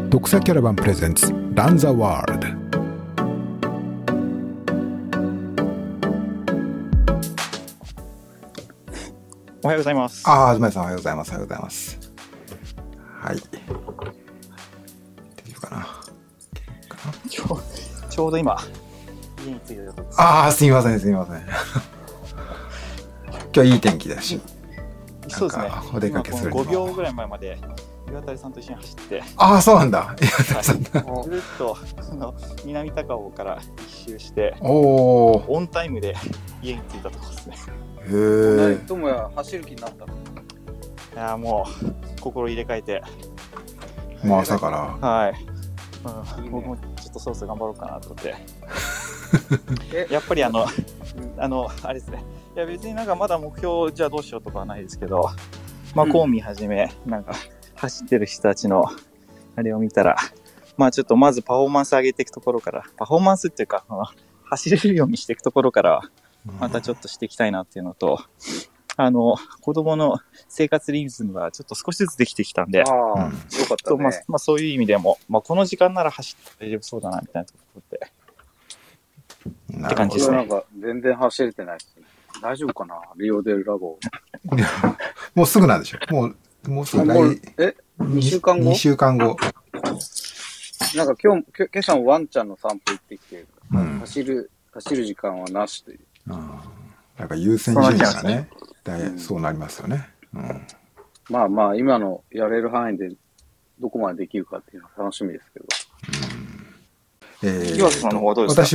読者キャラバンプレゼンツランザワールド。 おはようございます。 東さんおはようございます。おはようございます。はい。大丈夫かな。 ちょうど今家に着いたところです。 すみません。今日いい天気だし。 そうですね。 お出かけするにも 5秒ぐらい前まで岩谷さんと一緒に走って。 そうなんだ。岩谷さんだ。 ずっと南高尾から一周して、 オンタイムで家に着いたところですね。 へえ。 ともや走る気になったの？ いやもう心入れ替えて。 もう朝から。 はい。僕もちょっとそろそろ頑張ろうかなと思って。やっぱりあれですね。いや別になんかまだ目標じゃあどうしようとかはないですけど、コーミーはじめなんか走ってる人たちのあれを見たら、ちょっとまずパフォーマンス上げていくところから、パフォーマンスっていうか走れるようにしていくところからまたちょっとしていきたいなっていうのと、子供の生活リズムがちょっと少しずつできてきたんで、 よかったね。 そういう意味でも、この時間なら走って大丈夫そうだなみたいなところで。って感じですね。 なんか全然走れてないですね。大丈夫かな、リオデルラボ。 もうすぐなんでしょ。もうすぐ2 週間後 ?2 週間後。 なんか今朝もワンちゃんの散歩行ってきて、走る時間はなしという。 なんか優先順位がね、そうなりますよね。 今のやれる範囲でどこまでできるかっていうのは楽しみですけど。 岩瀬さんの方はどうですか？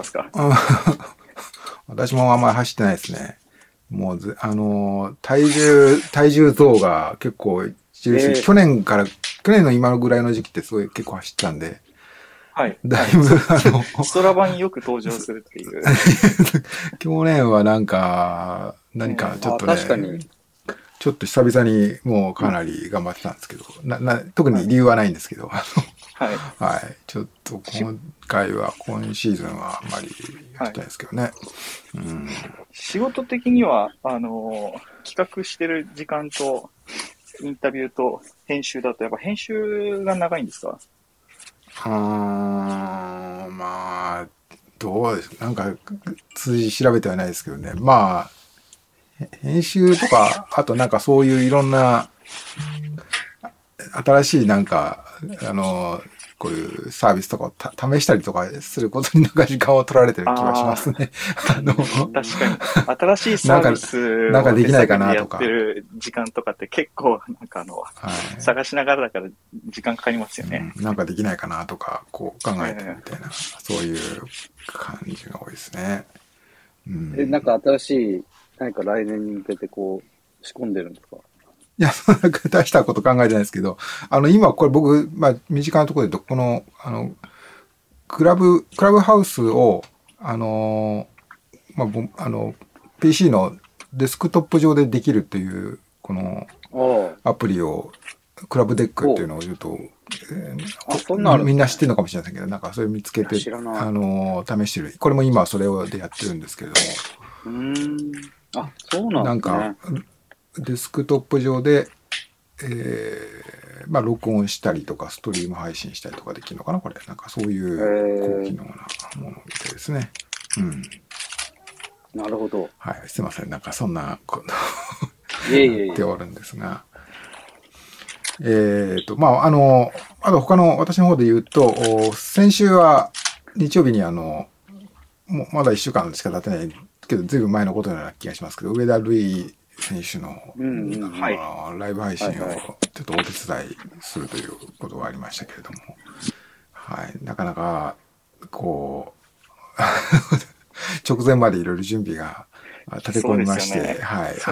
私もあんまり走ってないですね。もう体重増が結構著しい。去年の今のぐらいの時期ってすごい結構走ってたんで。 はい。 だいぶストラバによく登場するっていう。 去年は何かちょっとね、 確かにちょっと久々にもうかなり頑張ってたんですけど、特に理由はないんですけど、はい。ちょっと今シーズンはあんまりやりたいですけどね。 仕事的には、企画してる時間と、インタビューと編集だと、やっぱ編集が長いんですか？ どうですか。なんか、数字調べてはないですけどね。編集とか、あとなんかそういういろんな、新しいこういうサービスとかを試したりとかすることになんか時間を取られてる気がしますね。 確かに。新しいサービスなんかできないかなとか。 やってる時間とかって結構探しながらだから時間かかりますよね。 なんかできないかなとか、こう考えてるみたいな、そういう感じが多いですね。 なんか新しい、何か来年に向けて仕込んでるんですか？ いや、大したこと考えてないですけど、今これ僕、身近なところで言うと、この、クラブハウスを、PC のデスクトップ上でできるっていう、このアプリを、クラブデックっていうのを言うと、みんな知ってるのかもしれませんけど、なんかそれ見つけて、試してる。これも今それでやってるんですけれども。 そうなんですね。 なんか、デスクトップ上で、録音したりとか、ストリーム配信したりとかできるのかなこれ。なんかそういう高機能なものみたいですね。 なるほど。 はい、すいません。なんかそんなこと言っておるんですが。あと他の私の方で言うと、先週は日曜日にもうまだ1週間しか経ってないけど、ずいぶん前のことのような気がしますけど、上田瑠衣選手のライブ配信をちょっとお手伝いするということがありましたけれども、なかなかこう直前までいろいろ準備が立て込みまして、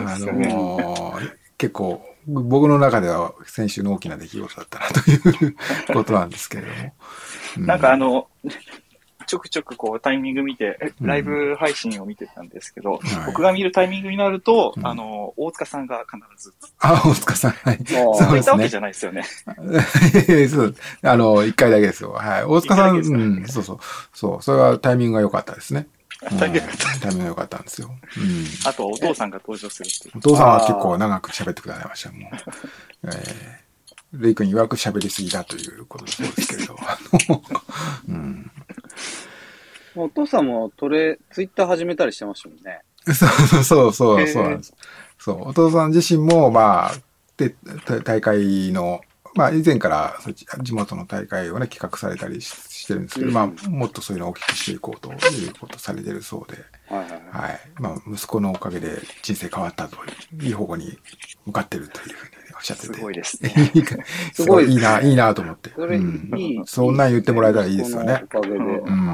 結構僕の中では先週の大きな出来事だったなということなんですけれども、 なんかちょくちょくタイミング見て、ライブ配信を見てたんですけど、僕が見るタイミングになると、大塚さんが必ず。 大塚さん、はい。 そうですね。いたわけじゃないですよね。 そう、一回だけですよ。はい。大塚さん、そう、それはタイミングが良かったですね。タイミングが良かったんですよ。 あと、お父さんが登場するっていう。 お父さんは結構長く喋ってくださいました。もうレイ君曰く喋りすぎだということだそうですけれど。うん。 お父さんもツイッター始めたりしてましたもんね。 そうなんです。そう、お父さん自身も、まあ、で、大会の、まあ、以前から地元の大会をね、企画されたりしてるんですけど、まあ、もっとそういうのを大きくしていこうということされてるそうで、はい。まあ、息子のおかげで人生変わったと、いい方向に向かってるというふうにおっしゃってて。 すごいですね。 すごいいいなと思って。 それいい。 そんなん言ってもらえたらいいですよね。 おかげで。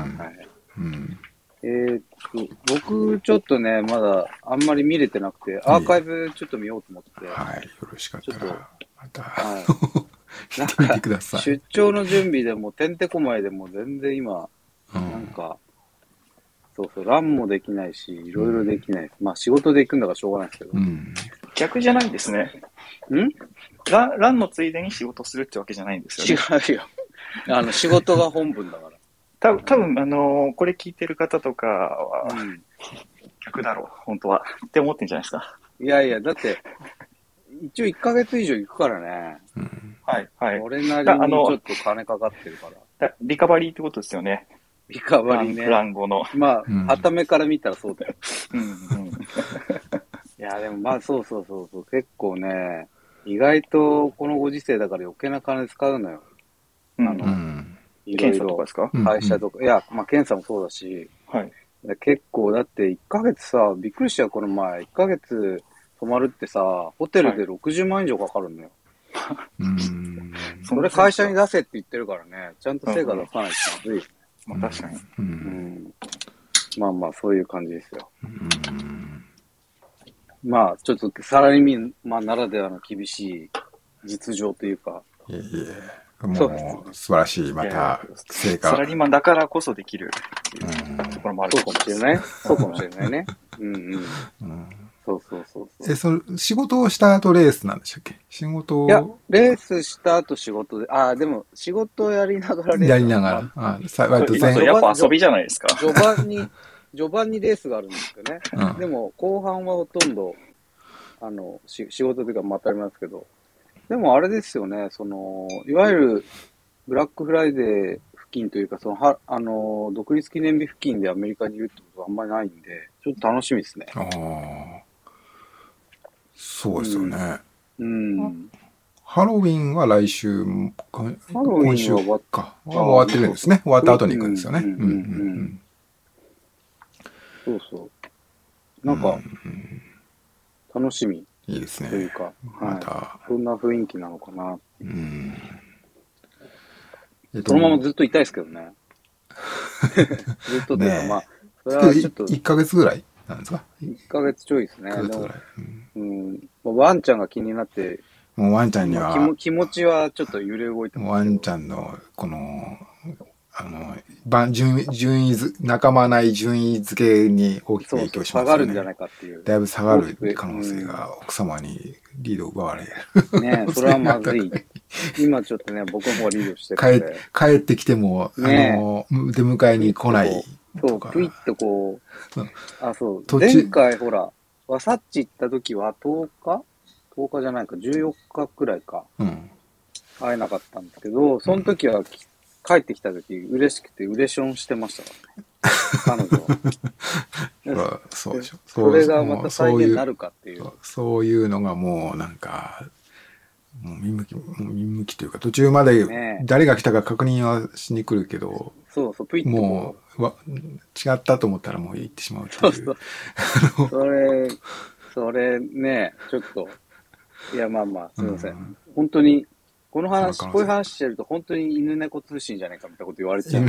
僕、ちょっとね、まだあんまり見れてなくて、アーカイブちょっと見ようと思って。 はい。よろしかったら、また、 なん見てみてください。 出張の準備でも、てんてこまいでも全然今、なんか、ランもできないし、いろいろできない。まあ仕事で行くんだからしょうがないですけど。 逆じゃないんですね。ランのついでに仕事するってわけじゃないんですよね。 違うよ。仕事が本分だから。 多分これ聞いてる方とかは、逆だろう、本当は。って思ってんじゃないですか。 いやいや、だって、一応1ヶ月以上行くからね。 はい、はい。 俺なりにちょっと金かかってるから。 リカバリーってことですよね。 リカバリーね。 ラン後の。 まあ、はためから見たらそうだよ。いや、でもまあ、そう。結構ね、意外とこのご時世だから余計な金使うのよ。 検査とかですか？ 会社とか。いや、まあ、検査もそうだし。 はい。 結構、だって1ヶ月さ、びっくりしたよ、この前。1ヶ月泊まるってさ、ホテルで60万以上かかるんだよ。それ会社に出せって言ってるからね、ちゃんと成果出さないとまずいですね。 まあ確かに。 まあまあ、そういう感じですよ。まあ、ちょっとサラリーマンならではの厳しい実情というか。 いえ。もう、素晴らしい、また、成果。 サラリーマンだからこそできるところもあるかもしれない。そうかもしれないね。そう。 その、仕事をした後レースなんでしたっけ？仕事を。 いや、レースした後仕事で、でも、仕事をやりながらレース。 やりながら。割とやっぱ遊びじゃないですか。 序盤にレースがあるんですよね。でも、後半はほとんど、仕事というか、またありますけど、でもあれですよね、いわゆる、ブラックフライデー付近というか、独立記念日付近でアメリカにいるってことはあんまりないんで、ちょっと楽しみですね。 そうですよね。ハロウィンは来週、今週か。終わってるんですね。終わった後に行くんですよね。 そう。なんか、楽しみ。 いいですね。 というか、そんな雰囲気なのかな。そのままずっといたいですけどね。ずっとというか、まあ、それはちょっと。 1ヶ月ぐらいなんですか？ 1 ヶ月ちょいですね。ワンちゃんが気になって、 もうワンちゃんには気持ちはちょっと揺れ動いてます。 ワンちゃんの、順位仲間ない順位付けに大きく影響しますよね。 下がるんじゃないかっていう。 だいぶ下がる可能性が奥様にリードを奪われる。ねそれはまずい。今ちょっとね、僕の方がリードしてるんで。 帰ってきても、出迎えに来ないとか。 そう、ピッとこう、そう。前回ほら、ワサッチ行った時は10日じゃないか、14日くらいか。会えなかったんですけど、その時は帰ってきた時嬉しくてウレションしてましたからね。彼女は。 そうでしょ。 それがまた再現になるかっていう。 そういうのがもうなんか、もう見向きというか、途中まで誰が来たか確認はしに来るけど、 プイッともう違ったと思ったらもう行ってしまうっていう。 それね、ちょっと、いやまあまあ、すみません。本当に、こういう話してると本当に犬猫通信じゃないかみたいなこと言われちゃう。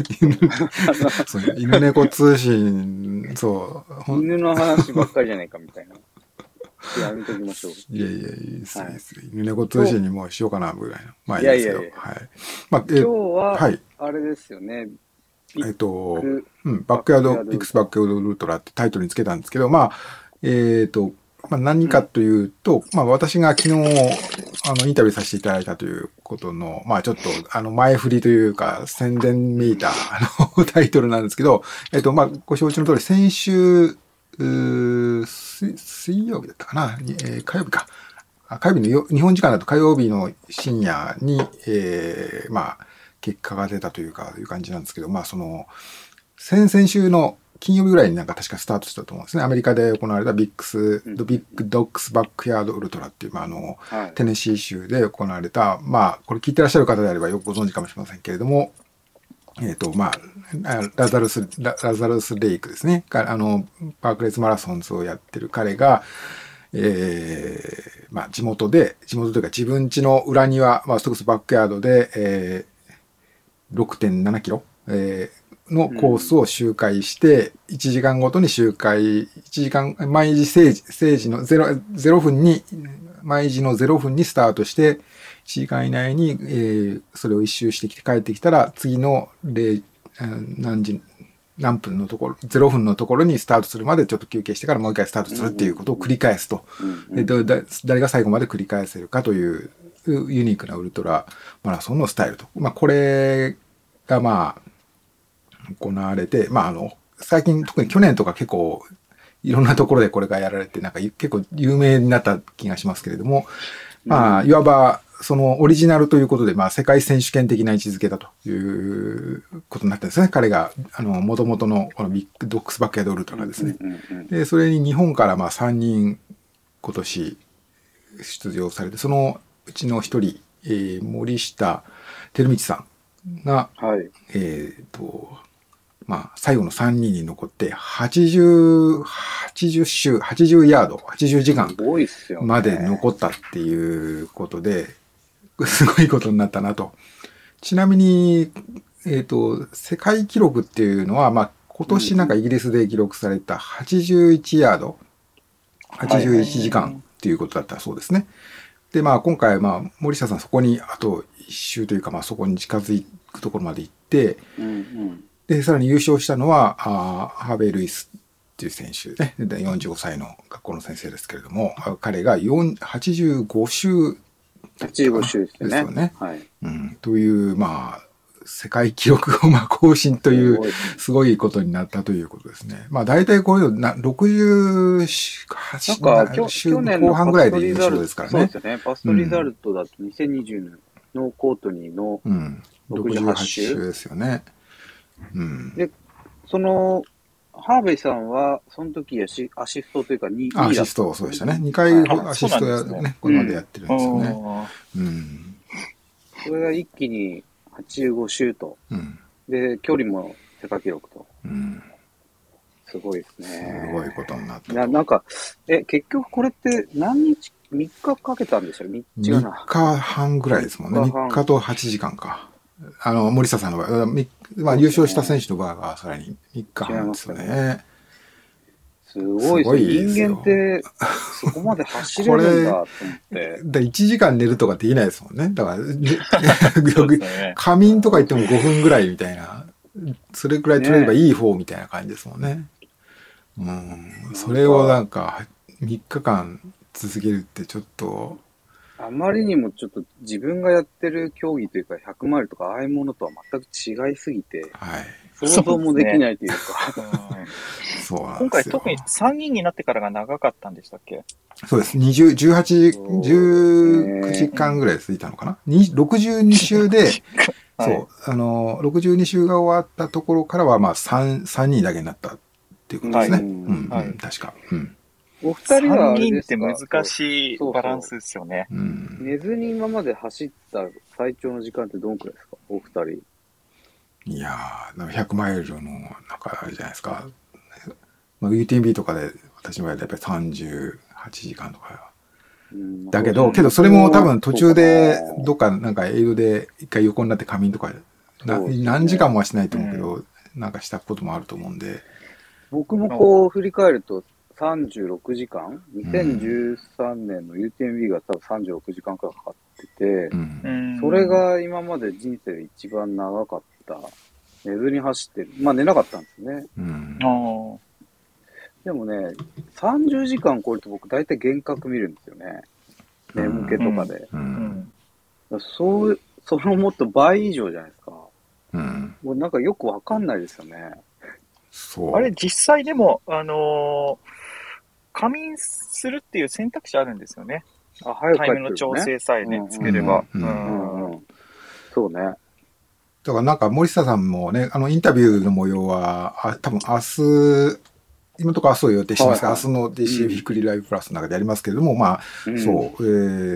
犬猫通信、そう。 犬の話ばっかりじゃないかみたいな。やめときましょう。 いや、いいです。犬猫通信にもしようかな、ぐらいの。まあいいですよ。はい。 まあ、今日は、あれですよね。 バックヤード、ピックスバックヤードルートラってタイトルにつけたんですけど、まあ、何かというと、まあ、私が昨日、インタビューさせていただいたということの、まあ、ちょっと、前振りというか、宣伝めいた、タイトルなんですけど、まあ、ご承知の通り、先週、水曜日だったかな、火曜日か。 火曜日の日本時間だと火曜日の深夜に、まあ、結果が出たというか、いう感じなんですけど、まあ、先々週の金曜日ぐらいになんか確かスタートしたと思うんですね。アメリカで行われたビッグドッグスバックヤードウルトラっていう、まあ、テネシー州で行われた、まあ、これ聞いてらっしゃる方であればよくご存知かもしれませんけれども、まあ、ラザルスレイクですね。パークレーズマラソンズをやってる彼が、まあ、地元というか自分家の裏庭、まあ、それこそバックヤードで、6.7 キロ、のコースを周回して、1時間ごとに周回、1時間、毎時0分に、毎時の0分にスタートして、1時間以内に、それを一周してきて帰ってきたら、次の何分のところ、0分のところにスタートするまでちょっと休憩してからもう一回スタートするっていうことを繰り返すと。誰が最後まで繰り返せるかというユニークなウルトラマラソンのスタイルと。まあ、これがまあ、行われて、まあ最近特に去年とか結構いろんなところでこれがやられて、なんか結構有名になった気がしますけれども、まあ、いわばそのオリジナルということで、まあ世界選手権的な位置づけだということになってるんですね。彼が、元々のこのビッグドッグスバックヤードウルトラですね。で、それに日本からまあ3人今年出場されて、そのうちの一人、森下照道さんが、 はい、 まあ、最後の3人に残って、80ヤード、80時間まで残ったっていうことで、すごいことになったなと。ちなみに、世界記録っていうのは、まあ、今年なんかイギリスで記録された81ヤード、81時間っていうことだったそうですね。で、まあ、今回、まあ、森下さんそこに、あと一周というか、まあ、そこに近づくところまで行って、で、さらに優勝したのは、ハーベイ・ルイスっていう選手ね、45歳の学校の先生ですけれども、彼が85周ですよね。 はい。という、まあ、世界記録をまあ更新という、すごいことになったということですね。まあ、大体こういうの、68週後半ぐらいで優勝ですからね。 そうですよね。パストリザルトだと2020年のコートニーの68週ですよね。 で、ハーベイさんは、その時アシストというか2位だった。 アシスト、そうでしたね。2回アシストやね、これまでやってるんですよね。 それが一気に85周と。で、距離も世界記録と。すごいですね。 すごいことになった。 なんか、結局これって何日、3日かけたんでしょう？ 3日半ぐらいですもんね。3日と8時間か。森下さんの場合、まあ、優勝した選手の場合は、さらに3日半ですよね。 すごいですね。人間って、そこまで走れるんだと思って。 1時間寝るとかできないですもんね。だから、仮眠とか言っても5分ぐらいみたいな、それくらい取れればいい方みたいな感じですもんね。それをなんか、3日間続けるってちょっと、 あまりにもちょっと自分がやってる競技というか100マイルとかああいうものとは全く違いすぎて、想像もできないというか。 そうなんですよ。 今回特に3人になってからが長かったんでしたっけ？ そうです。19時間ぐらい続いたのかな ?62 週で、そう、62週が終わったところからは、まあ3人だけになったっていうことですね。確か。 お二人は 3人って難しいバランスですよね。 寝ずに今まで走った最長の時間ってどのくらいですか、お二人。 いやー、100マイルの中あれじゃないですか。まあ、UTMB とかで私の場合はやっぱり38時間とか。だけどそれも多分途中でどっかなんかエイドで一回横になって仮眠とか、何時間もはしないと思うけど、なんかしたこともあると思うんで。 僕もこう振り返ると、36時間 ?2013 年の UTMB が多分36時間くらいかかってて、それが今まで人生で一番長かった。寝ずに走ってる。まあ寝なかったんですね。でもね、30時間超えると僕大体幻覚見るんですよね。眠気とかで。そのもっと倍以上じゃないですか。もうなんかよくわかんないですよね。 あれ実際でも、仮眠するっていう選択肢あるんですよね。 タイムの調整さえね、つければ。 そうね。 だからなんか森下さんもね、インタビューの模様は、多分明日、今のところ明日を予定してますが、明日の DC ウィークリーライブプラスの中でやりますけれども、まあ、そう、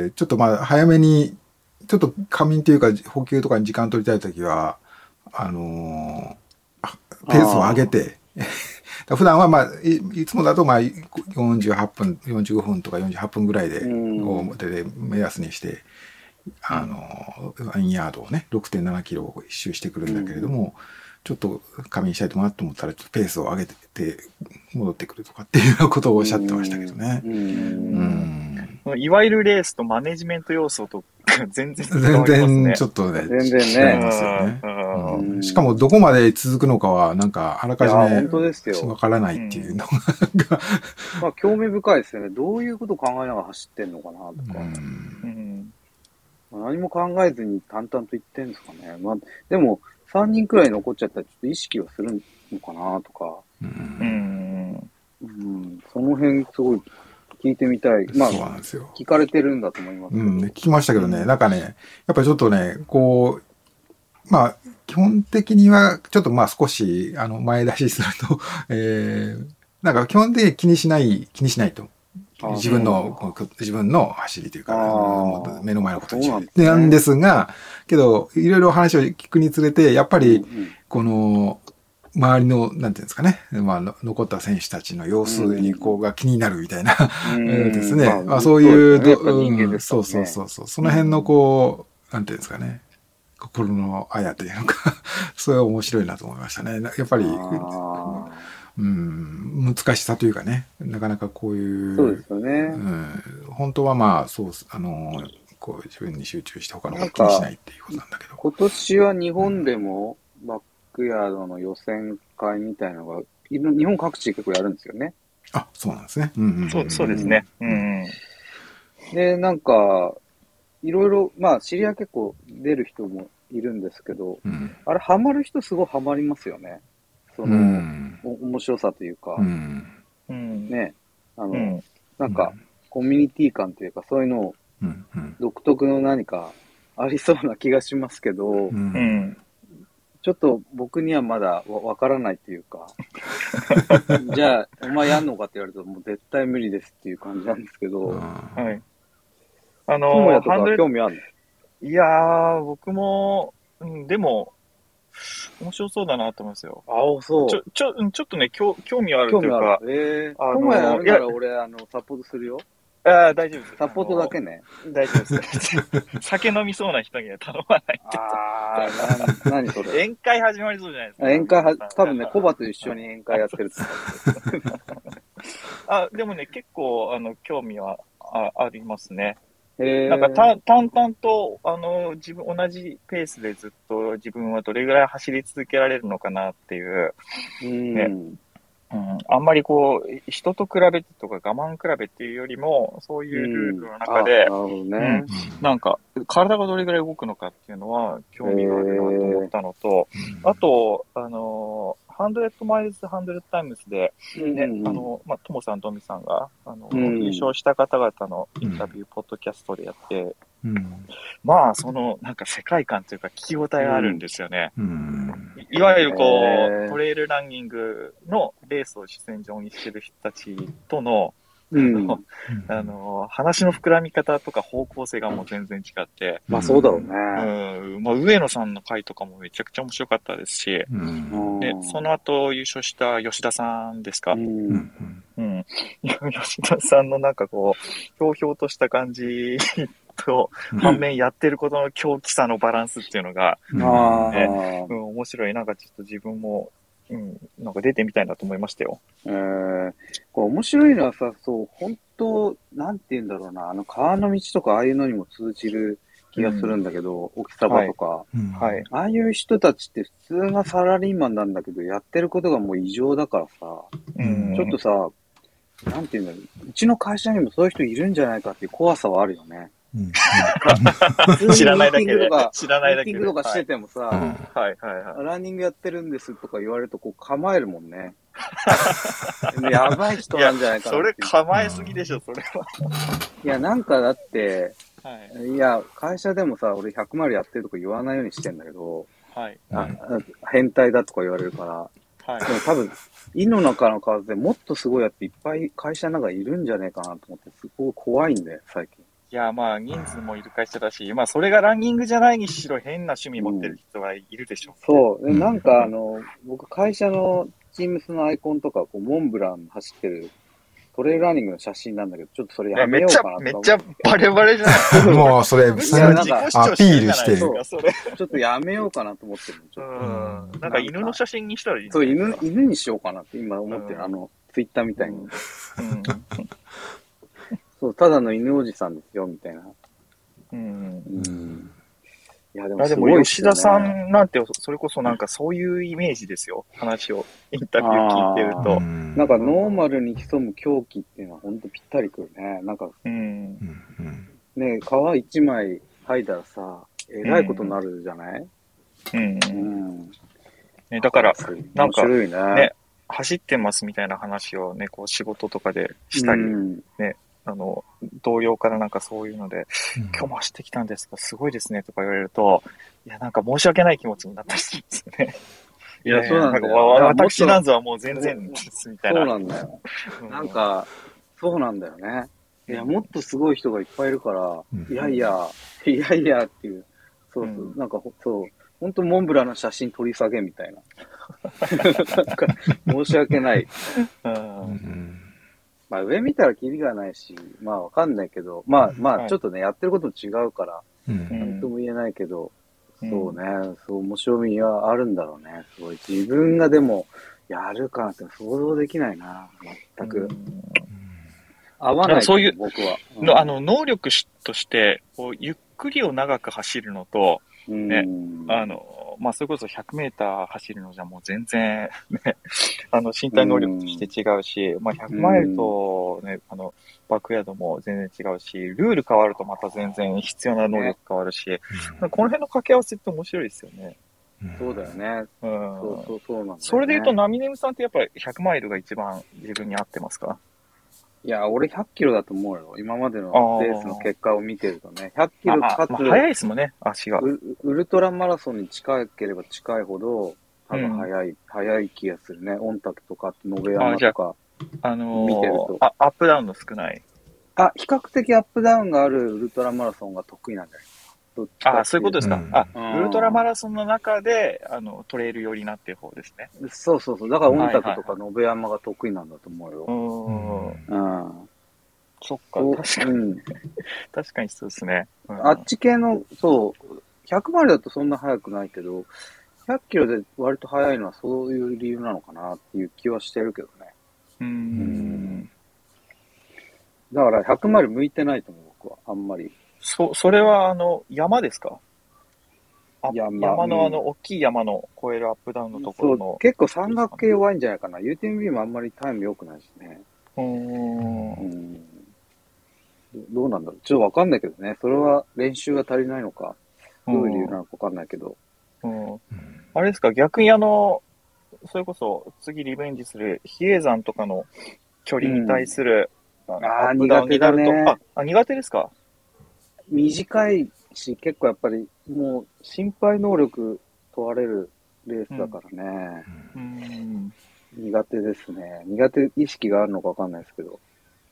ちょっとまあ、早めに、ちょっと仮眠というか、補給とかに時間取りたいときは、ペースを上げて、普段はまあ、いつもだとまあ、48分、45分とか48分ぐらいで、目安にして、ワインヤードをね、6.7 キロを一周してくるんだけれども、ちょっと仮眠したいと思ったら、ちょっとペースを上げて戻ってくるとかっていうようなことをおっしゃってましたけどね。 いわゆるレースとマネジメント要素と全然違いますね。 全然ちょっとね、 全然ね。 違いますよね。しかもどこまで続くのかは、なんかあらかじめわからないっていうのが。 まあ興味深いですよね。どういうことを考えながら走ってんのかなとか。何も考えずに淡々と言ってんですかね。まあ、でも、3人くらい残っちゃったらちょっと意識はするのかなとか。その辺すごい聞いてみたい。まあ、そうなんですよ。聞かれてるんだと思いますけど。 聞きましたけどね、なんかね、やっぱりちょっとね、こう、まあ、基本的には、ちょっとまあ少し、前出しすると、なんか基本的に気にしないと。自分の走りというか、目の前のことになんですが、けど、いろいろ話を聞くにつれて、やっぱり、この、周りの、なんていうんですかね、まあ、残った選手たちの様子にが気になるみたいな、ですね。そういう、そうそうそう、その辺のこう、なんていうんですかね、心のあやというのか、それは面白いなと思いましたね。やっぱり、難しさというかね、なかなかこういう、 そうですよね。 本当はまあ、そう、こう自分に集中して他のこと気にしないっていうことなんだけど。 今年は日本でもバックヤードの予選会みたいなのが、日本各地で結構やるんですよね。 あ、そうなんですね。 そうですね。 で、なんか、いろいろ、まあ、知り合い結構出る人もいるんですけど、あれ、ハマる人すごいハマりますよね。その、面白さというか、ね、なんか、コミュニティ感というか、そういうのを、独特の何かありそうな気がしますけど、ちょっと僕にはまだわからないというか、じゃあ、お前やんのかって言われると、もう絶対無理ですっていう感じなんですけど、友也とか興味あるの？ いやー、僕も、でも、面白そうだなと思いますよ。 そう。 ちょっとね、興味はあるというか。 友也やるなら俺、サポートするよ。 大丈夫です。 サポートだけね。 大丈夫です。酒飲みそうな人には頼まないって。何それ。 宴会始まりそうじゃないですか。 宴会多分ね、コバと一緒に宴会やってるってでもね、結構、興味はありますね。なんか淡々と、同じペースでずっと自分はどれぐらい走り続けられるのかなっていう、あんまりこう、人と比べてとか我慢比べっていうよりも、そういうルールの中で、なんか、体がどれぐらい動くのかっていうのは興味があるなと思ったのと、あと、100マイルズ100タイムズで、ね、トモさん、トミさんが、優勝した方々のインタビュー、ポッドキャストでやって、まあ、なんか世界観というか聞き応えがあるんですよね。いわゆるこう、トレイルランニングのレースを主戦場にしてる人たちとの、話の膨らみ方とか方向性がもう全然違って。 まあそうだろうね。 まあ上野さんの回とかもめちゃくちゃ面白かったですし、でその後優勝した吉田さんですか。吉田さんのなんかこう、ひょうひょうとした感じと、反面やってることの狂気さのバランスっていうのが、面白い。なんかちょっと自分も、なんか出てみたいなと思いましたよ。 これ面白いのはさ、そう、本当なんて言うんだろうな、川の道とかああいうのにも通じる気がするんだけど、沖サバとか、ああいう人たちって普通がサラリーマンなんだけど、やってることがもう異常だからさ、ちょっとさ、なんて言うんだろう、うちの会社にもそういう人いるんじゃないかっていう怖さはあるよね。 知らないだけで。 知らないだけで。ミーティングとかしててもさ、 はいはいはい。 ランニングやってるんですとか言われるとこう構えるもんね。やばい人なんじゃないかな。 それ構えすぎでしょ、それは。 いや、なんかだって、いや、会社でもさ、俺100マイルやってるとか言わないようにしてんだけど、変態だとか言われるから、でも多分、胃の中の数でもっとすごいやっていっぱい会社の中いるんじゃねえかなと思って、すごい怖いんだよ、最近。 いや、まあ、人数もいる会社だし、まあ、それがランニングじゃないにしろ変な趣味持ってる人はいるでしょう。 そう。なんか、僕、会社のTeams のアイコンとか、こう、モンブラン走ってるトレイルランニングの写真なんだけど、ちょっとそれやめようかなとめっちゃバレバレじゃない。 もう、それ、アピールしてる。 ちょっとやめようかなと思ってるの。ちょっとなんか犬の写真にしたらいい。 そう、犬にしようかなって今思ってる。ツイッターみたいに。そう、ただの犬おじさんですよ、みたいな。 いや、でも吉田さんなんて、それこそなんかそういうイメージですよ。話を、インタビュー聞いてると。 なんかノーマルに潜む狂気っていうのは本当ぴったりくるね。なんか、ね、皮一枚剥いだらさ、えらいことになるじゃない？ だから、なんか、ね、走ってますみたいな話をね、こう仕事とかでしたり、ね、同僚からなんかそういうので、今日も走ってきたんですか、すごいですねとか言われると、いや、なんか申し訳ない気持ちになったりするんですよね。 いや、そうなんだよ。 私なんぞはもう全然ですみたいな。 そうなんだよ。なんか、そうなんだよね。いや、もっとすごい人がいっぱいいるから、いやいやっていう、そうそう、なんかそう、ほんとモンブランの写真取り下げみたいな。なんか、申し訳ない。まあ上見たらキリがないし、まあわかんないけど、まあちょっとね、やってることも違うから、なんとも言えないけど、そうね、そう面白みはあるんだろうね。すごい。自分がでも、やるかなって想像できないな、全く。合わない、 そういう、 僕は。 能力として、こうゆっくりを長く走るのと、ね、まあ、それこそ100メーター走るのじゃもう全然、ね、身体能力として違うし、まあ、100マイルとね、バックヤードも全然違うし、ルール変わるとまた全然必要な能力変わるし、この辺の掛け合わせって面白いですよね。 そうだよね。そうなんだよね。 それで言うと、ナミネムさんってやっぱり100マイルが一番自分に合ってますか？ いや、俺100キロだと思うよ。今までのレースの結果を見てるとね。100キロかつ、 速いですもんね、足が。 ウルトラマラソンに近ければ近いほど、多分速い気がするね。御嶽とか、野辺山とか、見てると。 アップダウンの少ない。 比較的アップダウンがあるウルトラマラソンが得意なんじゃないそういうことですか。ウルトラマラソンの中で、トレイル寄りなっていう方ですね。 そう。だから、御嶽とか野辺山が得意なんだと思うよ。 そっか、確かにそうですね。 あっち系の、そう、100マイルだとそんな速くないけど、100キロで割と速いのはそういう理由なのかなっていう気はしてるけどね。だから100マイル向いてないと思う、僕は。あんまり。 それは、山ですか？山の大きい山の越えるアップダウンのところの。 結構山岳系弱いんじゃないかな。UTMB もあんまりタイム良くないしね。どうなんだろう。ちょっとわかんないけどね。それは練習が足りないのか、どういう理由なのかわかんないけど。 あれですか、逆にそれこそ次リベンジする比叡山とかの距離に対する、 苦手だね。 苦手ですか？ 短いし、結構やっぱりもう心配能力問われるレースだからね。苦手ですね。苦手意識があるのかわかんないですけど。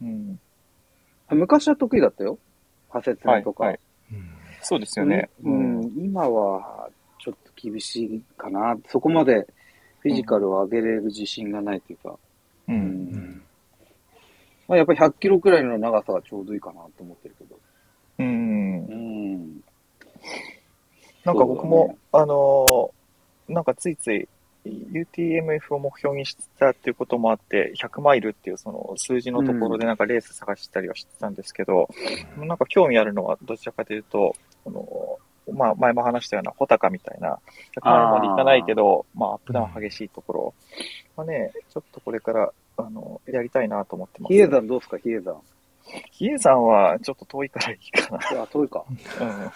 昔は得意だったよ。派切ねとか。 そうですよね。 今はちょっと厳しいかな。そこまでフィジカルを上げれる自信がないというか。やっぱり100キロくらいの長さがちょうどいいかなと思ってるけど。 なんか僕も、なんかついつい UTMF を目標にしてたっていうこともあって、100マイルっていうその数字のところでなんかレース探したりはしてたんですけど、なんか興味あるのはどちらかというと、まあ前も話したような穂高みたいな、100マイルまでいかないけど、まあアップダウン激しいところはね、ちょっとこれから、やりたいなと思ってます。 比叡山どうですか、比叡山。 ヒエさんはちょっと遠いからいいかな。 いや、遠いか。 うん。 あ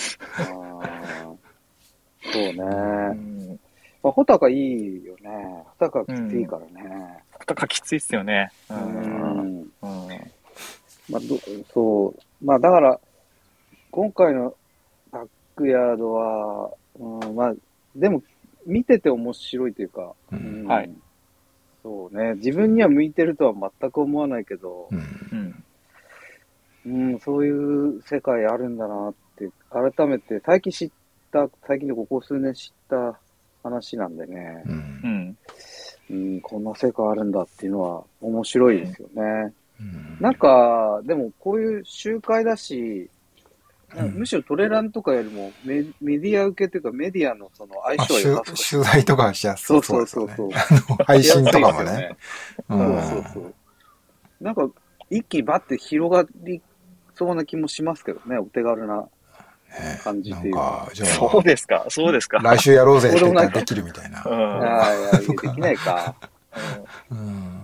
そうね。 うん。 まあ、穂高いいよね。穂高きついからね。 とかきついっすよね。う。 うんん。 うん。 まあ、そう。まあ、だから、今回のバックヤードは、まあ、でも、見てて面白いというか、 はい。 そうね。自分には向いてるとは全く思わないけど、 うん。 うん。 そういう世界あるんだなって、改めて、最近でここ数年知った話なんでね、 う。 うんん。 こんな世界あるんだっていうのは面白いですよね。 うん。 なんか、でもこういう集会だし、むうん。 しろトレランとかよりもメディア受けというかメディアのその相まあ、 性は良さそうですよね。 取材とかしやすそうそうですよね。 そうそうそう。 配信しやすいでとかもね。 すよね。 うそうそうん。 そう。なんか、一気にバッて広がりそうな気もしますけどね、お手軽なね、 感じっていうのは。 なんか、じゃそうあ、 ですか。そうですか。 来週やろうぜって言っそうでもないか。 たらできるみたいな。 うん。 ああ、いや、できないか。 うん。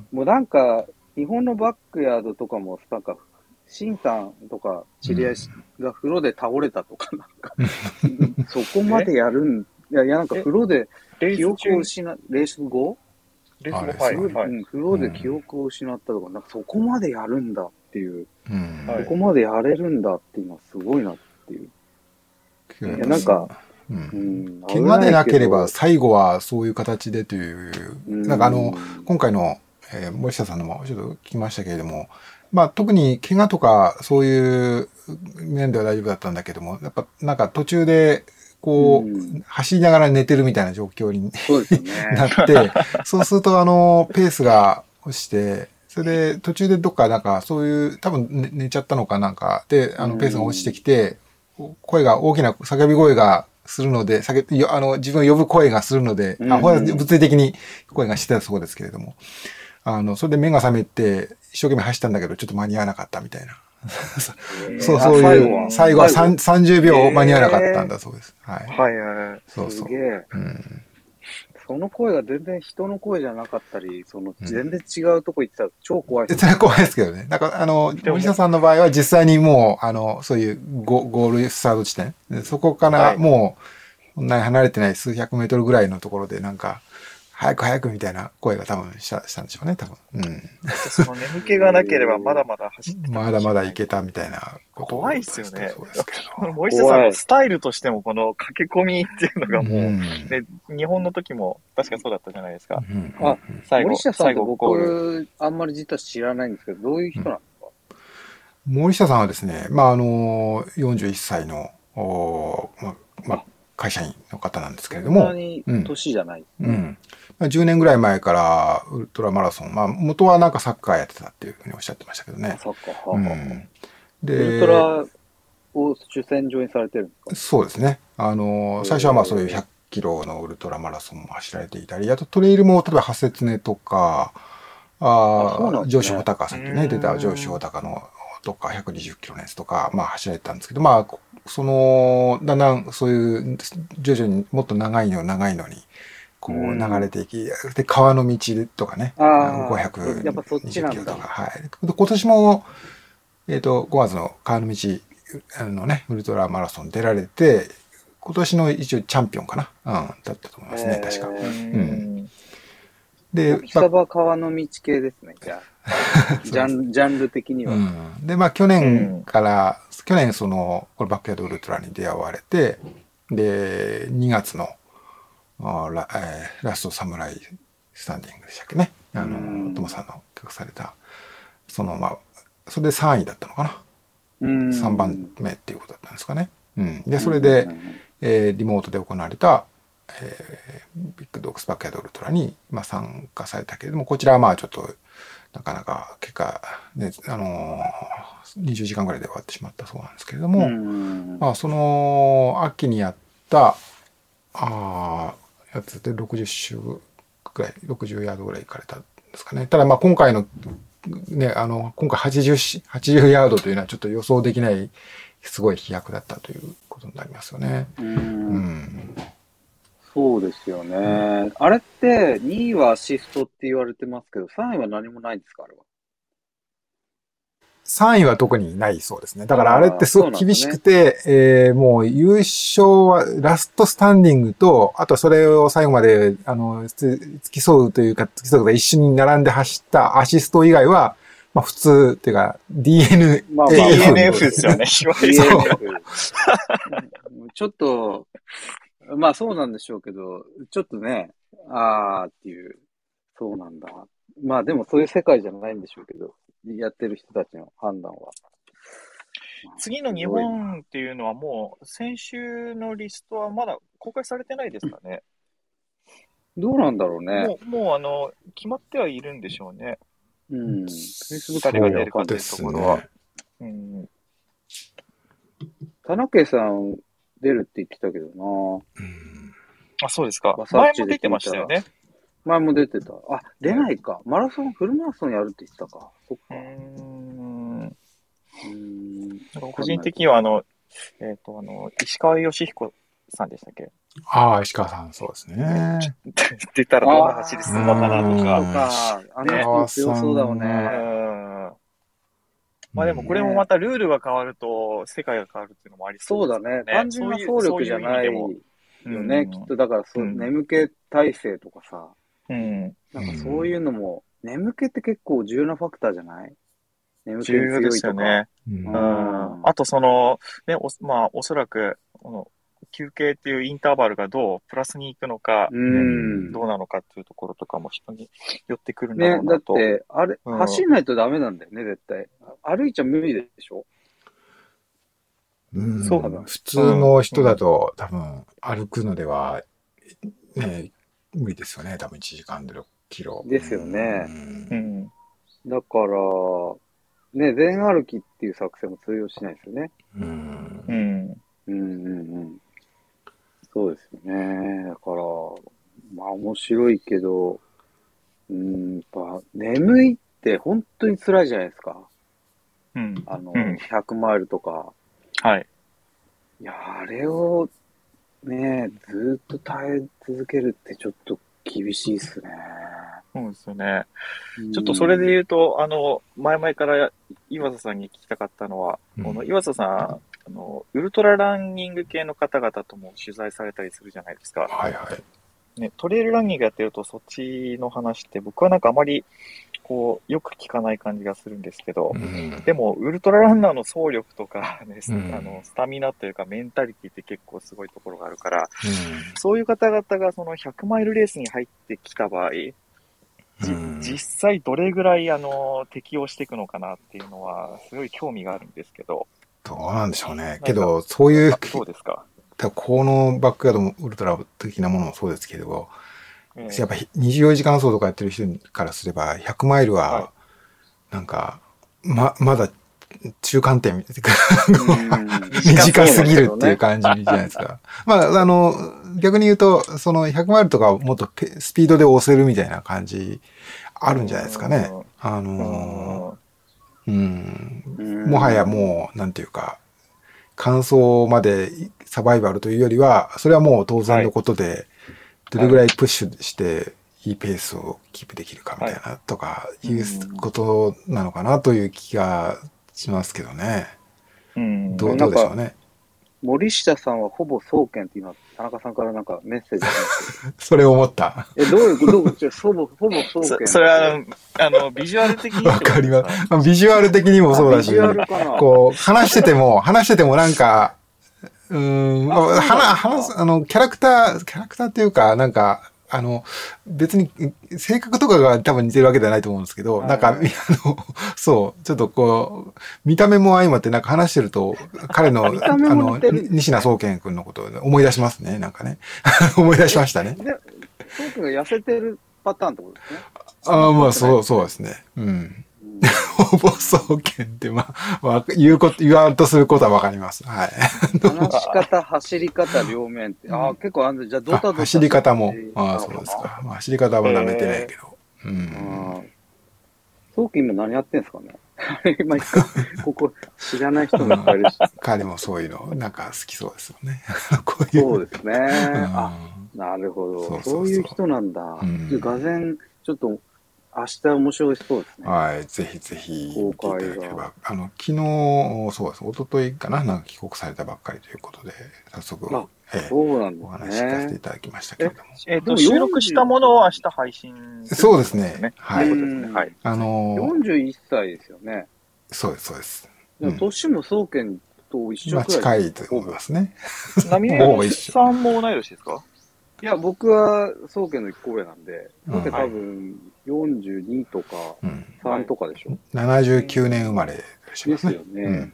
もうなんか、日本のバックヤードとかも、なんか、シンさんとか知り合いが風呂で倒れたとか、なんか、そこまでやるん、なんか風呂で記憶をレース後レース後、 あれはい、はい。 風呂で記憶を失ったとか、なんかそこまでやるんだっていう、 うん。 はい。 そこまでやれるんだっていうのはすごいなっていう。いや、なんか、 うん。 危怪我でなければないけど、 最後はそういう形でという、なんか今回の、森下さんのもちょっと聞きましたけれども、まあ特に怪我とかそういう面では大丈夫だったんだけども、やっぱなんか途中でこう、走りながら寝てるみたいな状況にそうですよね。 なって、そうするとペースが落ちて、それで途中でどっかなんかそういう、多分寝ちゃったのかなんかで、ペースが落ちてきて、声が、大きな叫び声がするので、自分を呼ぶ声がするので、これは物理的に声がしてたそうですけれども、それで目が覚めて、一生懸命走ったんだけど、ちょっと間に合わなかったみたいな。そういう、最後は30秒間に合わなかったんだそうです。はい。 はいはい。 そうそう。 すげえ。その声が全然人の声じゃなかったり、全然違うとこ行ってたら超怖いですね。 怖いですけどね。なんか、森下さんの場合は実際にもう、そういうゴールスタート地点。そこからもう、そんなに離れてない数百メートルぐらいのところで、なんか、早く早くみたいな声が多分したんでしょうね、多分。 その眠気がなければまだまだ走ってたまだまだいけたみたいなこと。 怖いっすよね。 そうですけど。 森下さんのスタイルとしてもこの駆け込みっていうのがもう、ね、日本の時も確かそうだったじゃないですか。 森下さんって僕、あんまり実は知らないんですけど、どういう人なんですか？ 森下さんはですね、まあ、41歳の、会社員の方なんですけれども。 そんなに年じゃない。 10年ぐらい前からウルトラマラソン、まあ、元はなんかサッカーやってたっていうふうにおっしゃってましたけどね。 サッカー、で、ウルトラを主戦場にされてるんですか？そうですね。最初はまあそういう100キロのウルトラマラソンも走られていたり、あとトレイルも例えばハセツネとか、上州穂高、さっきね、出た上州穂高のとか、120キロのやつとか、まあ走られてたんですけど、まあ、だんだんそういう、徐々にもっと長いのに、こう流れていき、で、川の道とかね、520キロとか、はい。今年も、5月の川の道のね、ウルトラマラソン出られて、今年の一応チャンピオンかな、だったと思いますね、確か。 で、北場川の道系ですね、じゃあ。ジャンル的には。 で、まあ去年、このバックヤードウルトラに出会われて、で、2月のラストサムライスタンディングでしたっけね。トモさんの企画された、それで3位だったのかな。3番目っていうことだったんですかね。で、それで、リモートで行われた、ビッグドッグスバックヤードウルトラに、参加されたけれども、こちらはまあちょっと、なかなか結果、ね、20時間ぐらいで終わってしまったそうなんですけれども、まあその秋にやったやつで60周ぐらい、60ヤードぐらい行かれたんですかね。ただまあ今回のね、今回80ヤードというのはちょっと予想できないすごい飛躍だったということになりますよね。 そうですよね。あれって2位はアシストって言われてますけど、3位は何もないんですか、あれは。 3位は特にないそうですね。だからあれってすごく厳しくて、もう優勝はラストスタンディングと、あとそれを最後まで、付き添うというか、付き添うと一緒に並んで走ったアシスト以外は、まあ普通っていうか、DNF。 まあ、DNF ですよね。 ちょっと、まあそうなんでしょうけど、ちょっとね、あーっていう、そうなんだ。まあでもそういう世界じゃないんでしょうけど、やってる人たちの判断は。 次の日本っていうのはもう、先週のリストはまだ公開されてないですかね。 どうなんだろうね。 もう決まってはいるんでしょうね。 うん。 誰が出るかというところは。うん、 田中さん出るって言ってたけどな。 あ、そうですか。前も出てましたよね。 前も出てた。あ、出ないか。マラソン、フルマラソンやるって言ってたか。そっか。 個人的には石川義彦さんでしたっけ？ ああ、石川さん、そうですね。 出たらどんな走りするのかなとか。 あの人強そうだよね。 まあでもこれもまたルールが変わると世界が変わるっていうのもありそうですね。 そうだね。単純な走力じゃないよね。きっとだから眠気体制とかさ。なんかそういうのも、眠気って結構重要なファクターじゃない？眠気に強いとか。重要ですよね。 あとね、おそらく、休憩っていうインターバルがどうプラスに行くのか、どうなのかっていうところとかも人に寄ってくるんだろうなと。 ね、だって、あれ、走んないとダメなんだよね、絶対。歩いちゃ無理でしょ？ そう。普通の人だと、多分、歩くのでは、ね、無理ですよね。多分1時間で6キロ。 ですよね。だから、ね、全歩きっていう作戦も通用しないですよね。そうですよね。だから、まあ面白いけど、やっぱ眠いって本当に辛いじゃないですか。100マイルとか。 はい。 いや、あれをね、ずっと耐え続けるってちょっと厳しいっすね。 そうですよね。ちょっとそれで言うと、前々から岩佐さんに聞きたかったのは、岩佐さん、ウルトラランニング系の方々とも取材されたりするじゃないですか。 はいはい。 ね、トレイルランニングやってると、そっちの話って僕はなんかあまり、よく聞かない感じがするんですけど、でも、ウルトラランナーの走力とか、ね、スタミナというかメンタリティって結構すごいところがあるから、そういう方々がその100マイルレースに入ってきた場合、実際どれぐらい適応していくのかなっていうのはすごい興味があるんですけど。 どうなんでしょうね。けど、そういう、 そうですか。 このバックヤードもウルトラ的なものもそうですけど、やっぱ24時間走とかやってる人からすれば、100マイルは、なんか、まだ中間点短すぎるっていう感じじゃないですか。まあ、逆に言うと、その100マイルとかもっとスピードで押せるみたいな感じあるんじゃないですかね。もはやもう、なんていうか、完走までサバイバルというよりは、それはもう当然のことで、どれぐらいプッシュしていいペースをキープできるかみたいなとかいうことなのかなという気がしますけどね。どうでしょうね。 森下さんはほぼ総研って今、田中さんからなんかメッセージがあります。 それを思った。 どういうことほぼ総研。 それは、ビジュアル的に。 わかります。ビジュアル的にもそうだし、こう、話しててもなんか、キャラクターっていうか、なんか、別に、性格とかが多分似てるわけではないと思うんですけど、なんか、そう、ちょっとこう、見た目も相まってなんか話してると、彼の、西名宗健君のことを思い出しますね、なんかね。思い出しましたね。 宗健が痩せてるパターンってことですね。 まあ、そうですね。ほぼ総研って、言わんとすることはわかります。はい。 話し方、走り方、両面って。結構じゃあ、 走り方も、そうですか。走り方は舐めてないけど。 総研今何やってんすかね。今、ここ知らない人もいっぱいいるし。 彼もそういうの、なんか好きそうですよね。 そうですね。なるほど。そういう人なんだ。がぜん、ちょっと、 明日面白いそうですね。 はい、ぜひぜひ公見ていた開だければが。 昨日、そうです、一昨日かな、なんか帰国されたばっかりということで、早速、 あ、そうなんでおす話聞かせていね。 ただきましたけれども。 でも収録したものを明日配信するそうですね。 ってことですよね。 はい。 ということですね。はい。 41歳ですよね。 そうです、そうです。 でも年も宗健と一緒まあ、 くらい近いと思いますね。 浪江さんも同い年ですか？ いや、僕は宗健の1個上なんで、宗健多分42とか3とかでしょ。 79年生まれでしょうね。 ですよね。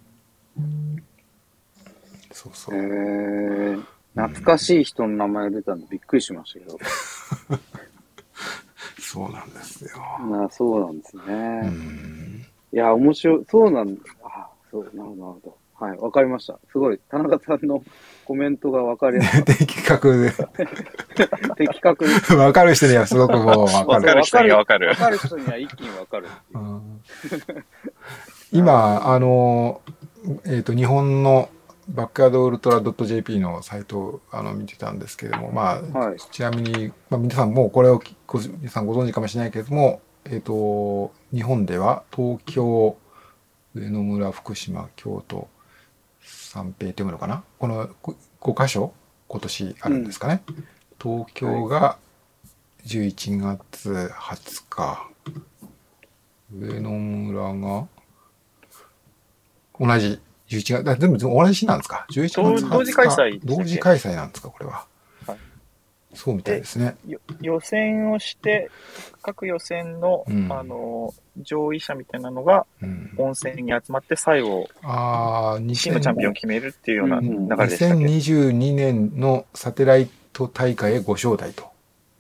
そうそう。 懐かしい人の名前出たんでびっくりしましたけど。 そうなんですよ。 そうなんですね。いや、面白い。そうなんだ。そう、なるほど。はい、わかりました。すごい、田中さんのコメントがわかりやすい。 的確で。 的確で。 わかる人にはすごくもうわかる。 わかる人にはわかる。 わかる人には一気にわかるっていう。 今、日本のバックヤードウルトラ .jp のサイトを見てたんですけれども、まあ、 はい、 ちなみに、まあ、皆さんもうこれを皆さんご存知かもしれないけれども、日本では東京、上野村、福島、京都、三平っていうのかな、この5カ所今年あるんですかね。東京が11月20日、上野村が同じ11月、全部同じ日なんですか？ 11 月20日。 同時開催。 同時開催なんですか、これは。 はい、 そうみたいですね。 予選をして、各予選の、上位者みたいなのが、温泉に集まって最後、真のチャンピオンを決めるっていうような流れでしたっけ ？2022年のサテライト大会へご招待と。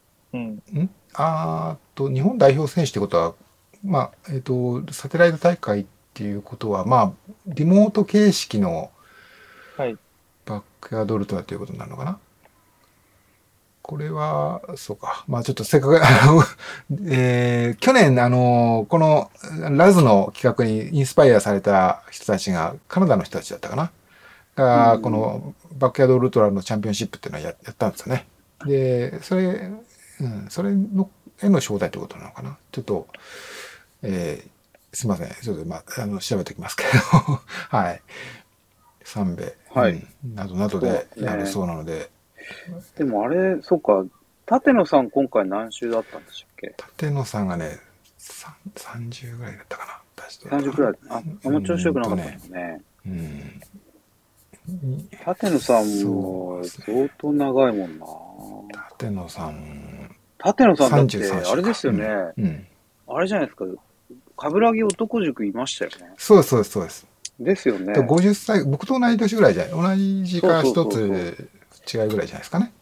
日本代表選手ってことは、まあ、サテライト大会っていうことは、まあ、リモート形式のバックヤードウルトラということになるのかな。これは、そうか。まあちょっとせっかく、去年、このラズの企画にインスパイアされた人たちが、カナダの人たちだったかな。が、このバックヤードウルトラのチャンピオンシップっていうのをやったんですよね。で、それの、への招待ということなのかな。ちょっと、すいません。ちょっと、まあ、調べておきますけど、はい。三兵衛、などなどでやるそうなので。 でもあれ、そうか、立野さん今回何周だったんでしたっけ？ 立野さんがね、30ぐらいだったかな。 30ぐらい。あんま調子よくなかったですね。立野さんも相当長いもんな。 立野さんだってあれですよね。あれじゃないですか。冠城男塾いましたよね。 そうです。ですよね。 50歳、僕と同い年ぐらいじゃない。同じか一つ違いぐらいじゃないですかね。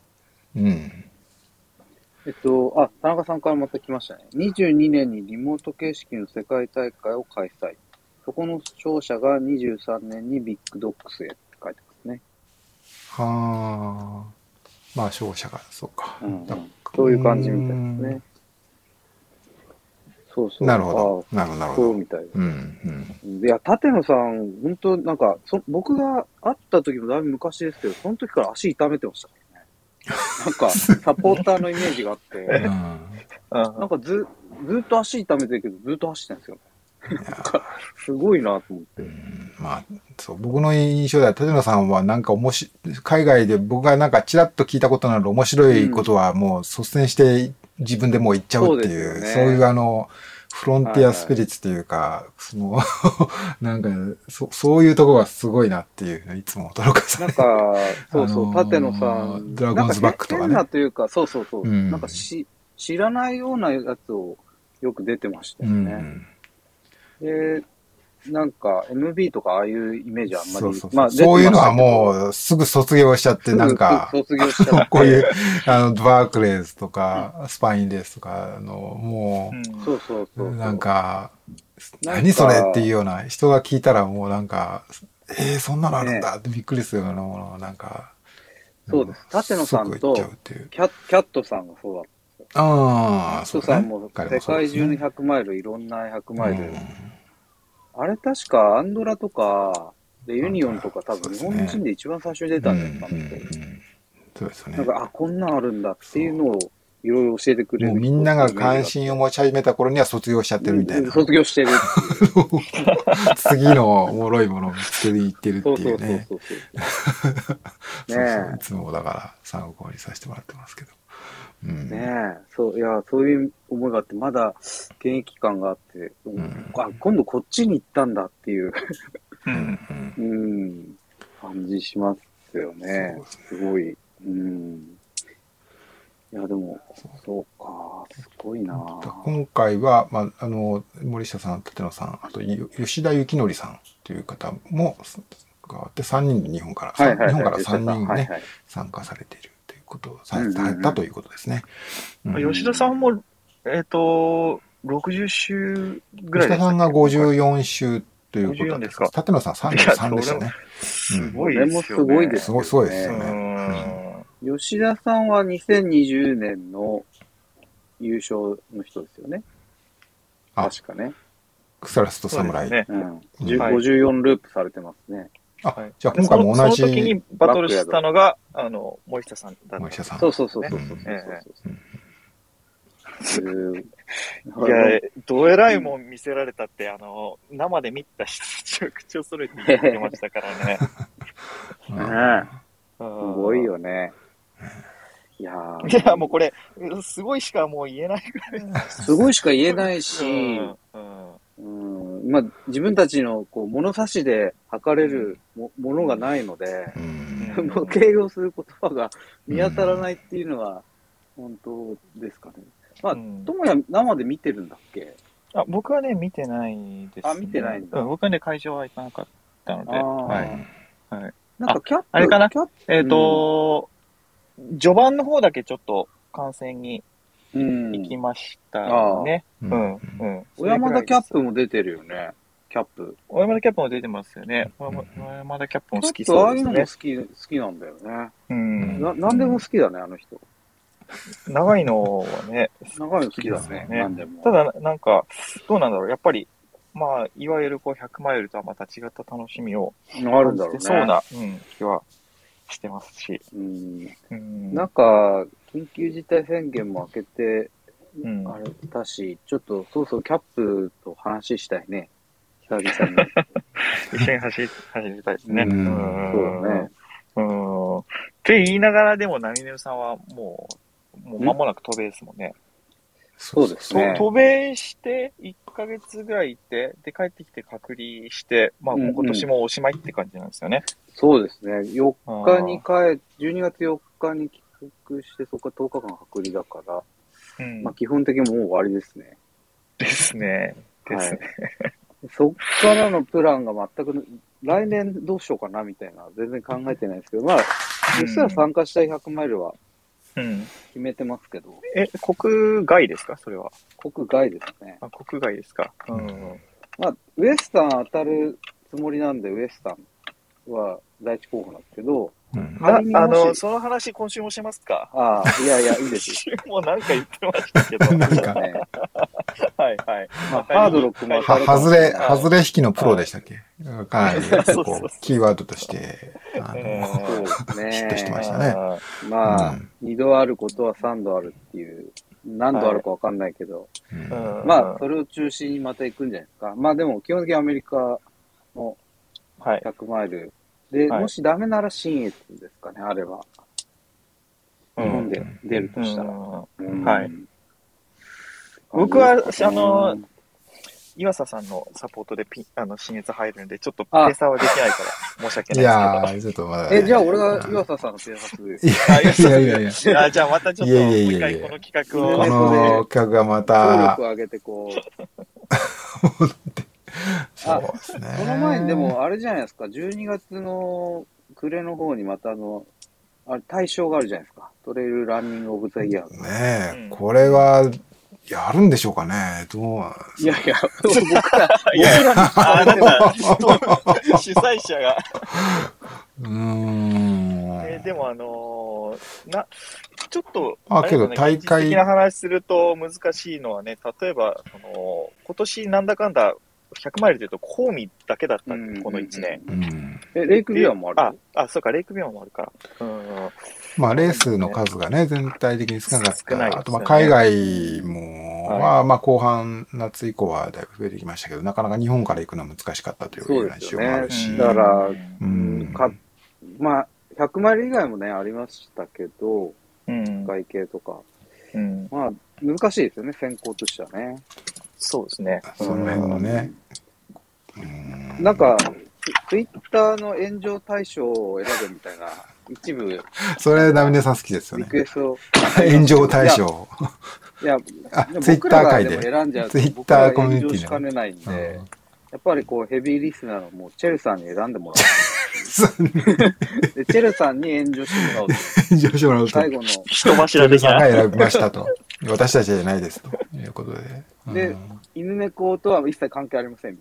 田中さんからまた来ましたね。22年にリモート形式の世界大会を開催。そこの勝者が23年にビッグドックスへって書いてますね。 まあ勝者が、そうか。 そういう感じみたいですね。そう。 なるほど。 そうみたいです。いや、立野さん、本当なんか、僕が会った時もだいぶ昔ですけど、その時から足痛めてましたからね。なんか、サポーターのイメージがあって、なんかずっと足痛めてるけど、ずっと走ってるんですよ。すごいなと思って。 まあ、そう、僕の印象では、立野さんはなんか海外で僕がなんかちらっと聞いたことのある面白いことはもう率先して自分でもう行っちゃうっていう、そういうフロンティアスピリッツっていうか、なんかそういうところがすごいなっていう、いつも驚かされる。 なんか、立野さん、 ドラゴンズバックとかね。 変なというか、そう。なんか知らないようなやつをよく出てましたよね。で、なんか MB とかああいうイメージはあんまり。 そういうのはもうすぐ卒業しちゃって、なんか、 卒業しちゃって。 こういう、バークレーズとか、スパインレースとか、もう、そう。 なんか、何それっていうような、人が聞いたらもうなんか、そんなのあるんだってびっくりするようなもの、なんか。 そうです。立野さんと、キャットさんがそうだったんですよ。キャットさんも世界中の100マイル、いろんな100マイル。あれ確かアンドラとか、でユニオンとか多分日本人で一番最初に出たんじゃないかなって。 そうですね。 なんか、こんなんあるんだっていうのをいろいろ教えてくれる。 もうみんなが関心を持ち始めた頃には卒業しちゃってるみたいな。 卒業してるっていう。 次のおもろいものを見つけていってるっていうね。 そう。 いつもだから参考にさせてもらってますけど。うん、 ねえ、そういう思いがあって、まだ現役感があって、今度こっちに行ったんだっていう、感じしますよね。すごい。いや、でも、そうか、すごいな。 今回は、森下さん、立野さん、あと、吉田幸則さんという方も、があって、3人で日本から3人ね、参加されているということをされたということですね。 吉田さんも、60週ぐらいですか？ 吉田さんが54週ということですか。立野さん33でしたね。 すごいですよね。すごいですね。すごいですよね。 吉田さんは2020年の優勝の人ですよね。確かね。 クサラスと侍。 54ループされてますね。 じゃあ今回も同じ。 その時にバトルしたのが、森下さんだった。 森下さん。 そう。 いや、どえらいもん見せられたって、生で見た人たちは口を揃えて言ってましたからね。 すごいよね。いやもうこれ、すごいしかもう言えないぐらい。 すごいしか言えないし、自分たちの物差しで測れるものがないので、形容する言葉が見当たらないっていうのは本当ですかね。友也生で見てるんだっけ？ 僕はね、見てないですね。 見てないんだ。 僕はね、会場は行かなかったので。はい。 なんかキャップ、 あれかな？序盤の方だけちょっと観戦に行きましたね。 小山田キャップも出てるよね。キャップ。 小山田キャップも出てますよね。小山田キャップも好きそうですね。 ああいうのも好きなんだよね。なんでも好きだね、あの人。 長いのはね。 長いの好きだね。なんでも。 ただ、なんか、どうなんだろう。やっぱり、いわゆる100マイルとはまた違った楽しみをあるんだろうね。 そうな、気はしてますし。 なんか、緊急事態宣言も明けて、あれだし、ちょっとそろそろキャップと話したいね。久々に。 一緒に走りたいですね。 そうだね。 って言いながらでも、ナミネムさんはもう間もなく渡米ですもんね。 そうですね。 渡米して1ヶ月ぐらい行って、で、帰ってきて隔離して、もう今年もおしまいって感じなんですよね。 そうですね。4日に12月4日に帰国して、そこから10日間隔離だから、基本的にもう終わりですね。 ですね。 そっからのプランが全く、来年どうしようかなみたいな、全然考えてないですけど、実際参加したい100マイルは決めてますけど。 国外ですかそれは。 国外ですね。 国外ですか。 ウエスタン当たるつもりなんで、ウエスタンは第一候補なんですけど、 その話今週もしますか？ いや、いいですよ。もうなんか言ってましたけど。 なんかね。 はい。 ハードロックも外れ引きのプロでしたっけ？かなりキーワードとして、ヒットしてましたね。 2度あることは3度あるっていう、何度あるかわかんないけど、それを中心にまた行くんじゃないですか。でも基本的にアメリカの100マイルで、もしダメなら新越ですかね、あれば。日本で出るとしたら。 僕は、岩佐さんのサポートで新越入るんで、ちょっとペーサーはできないから申し訳ないですけど。 ちょっとまだ。 じゃあ俺が岩佐さんのペーサーする。 いや。 じゃあまたちょっと、もう一回この企画を。 この企画がまた。 効力を上げてそうですね。 この前にでもあれじゃないですか、12月の暮れの方にまた大賞があるじゃないですか。トレイルランニングオブザイヤー。 ねえ、これは、やるんでしょうかね。どうなんですか。 いや、僕ら主催者が。でもちょっと、 けど大会的な話すると難しいのはね、例えば、今年なんだかんだ 100マイルでいうと、コーミだけだったんで、この1年。 レイクビアもある？ そうか、レイクビアもあるから。 まあ、レースの数がね、全体的に少なかった。 少ないですよね。 あと、まあ、海外も、まあ、後半、夏以降はだいぶ増えてきましたけど、なかなか日本から行くのは難しかったというような事情もあるし。 だから、まあ、100マイル以外もね、ありましたけど、外形とか。まあ、難しいですよね、選考としてはね。 そうですね。 その辺のね。 なんか、ツイッターの炎上対象を選ぶみたいな、一部。 それ、ナミネさん好きですよね。 リクエスト。 炎上対象。 いや、 ツイッター界で。 選んじゃうと、 ツイッターコミュニティ炎上しかねないんで、やっぱりこう、ヘビーリスナーのもう、チェルさんに選んでもらう。でチェルさんに炎上してもらおうと。 炎上してもらうと。 最後の。 人柱的な。 チェルさんが選びましたと。私たちじゃないですということで。 で、犬猫とは一切関係ありません。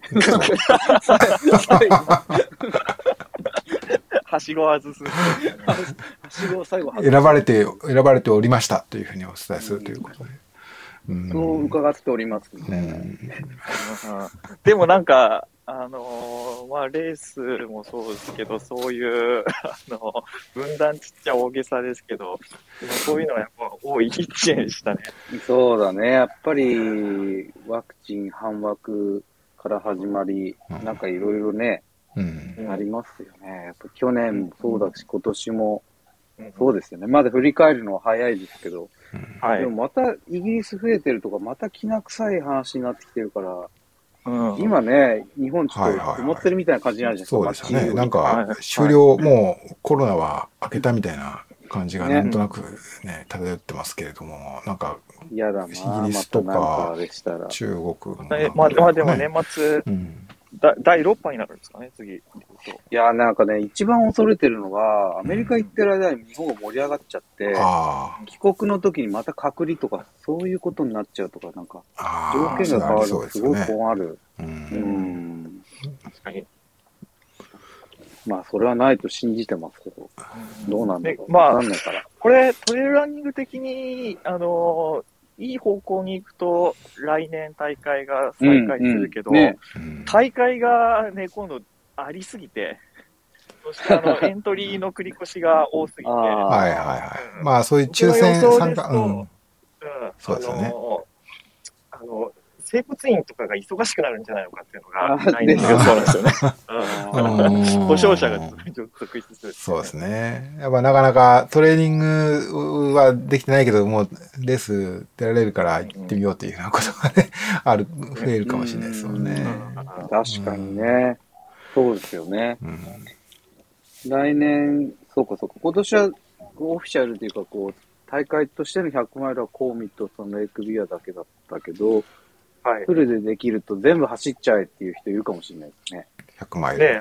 はしご外す。 はしごを最後選ばれておりましたというふうにお伝えするということで。 そう伺っておりますね。 でもなんか、まあ、レースもそうですけど、そういう、分断ちっちゃ大げさですけど、そういうのはやっぱ多い一年でしたね。 そうだね。やっぱり、ワクチン反枠から始まり、なんかいろいろね、ありますよね。やっぱ去年もそうだし、今年もそうですよね。まだ振り返るのは早いですけど、でもまたイギリス増えてるとか、またきな臭い話になってきてるから、今ね、日本ちょっと思ってるみたいな感じなんじゃないですか。 そうですね。なんか、終了、もうコロナは明けたみたいな感じがなんとなくね、漂ってますけれども、なんか、 イギリスとか、中国も。 まあでも年末、第6波になるんですかね、次。 いや、なんかね、一番恐れてるのが、アメリカ行ってる間に日本が盛り上がっちゃって、帰国の時にまた隔離とか、そういうことになっちゃうとか、なんか、条件が変わるのすごい困る。確かに。まあ、それはないと信じてますけど、どうなんだろう。 まあ、これ、トレイルランニング的に、いい方向に行くと、来年大会が再開するけど、大会がね、今度ありすぎて、そしてエントリーの繰り越しが多すぎて。 まあ、そういう抽選参加、そうですよね。 整骨院とかが忙しくなるんじゃないのかっていうのが、来年の予想なんですよね。故障者が続出する。 そうですね。やっぱなかなかトレーニングはできてないけど、もうレース出られるから行ってみようっていうようなことがね、増えるかもしれないですよね。 確かにね。そうですよね。来年、そうか。今年はオフィシャルというか、こう、大会としての100マイルはコーミとそのレイクビアだけだったけど、フルでできると全部走っちゃえっていう人いるかもしれないですね。 100マイル、 ね。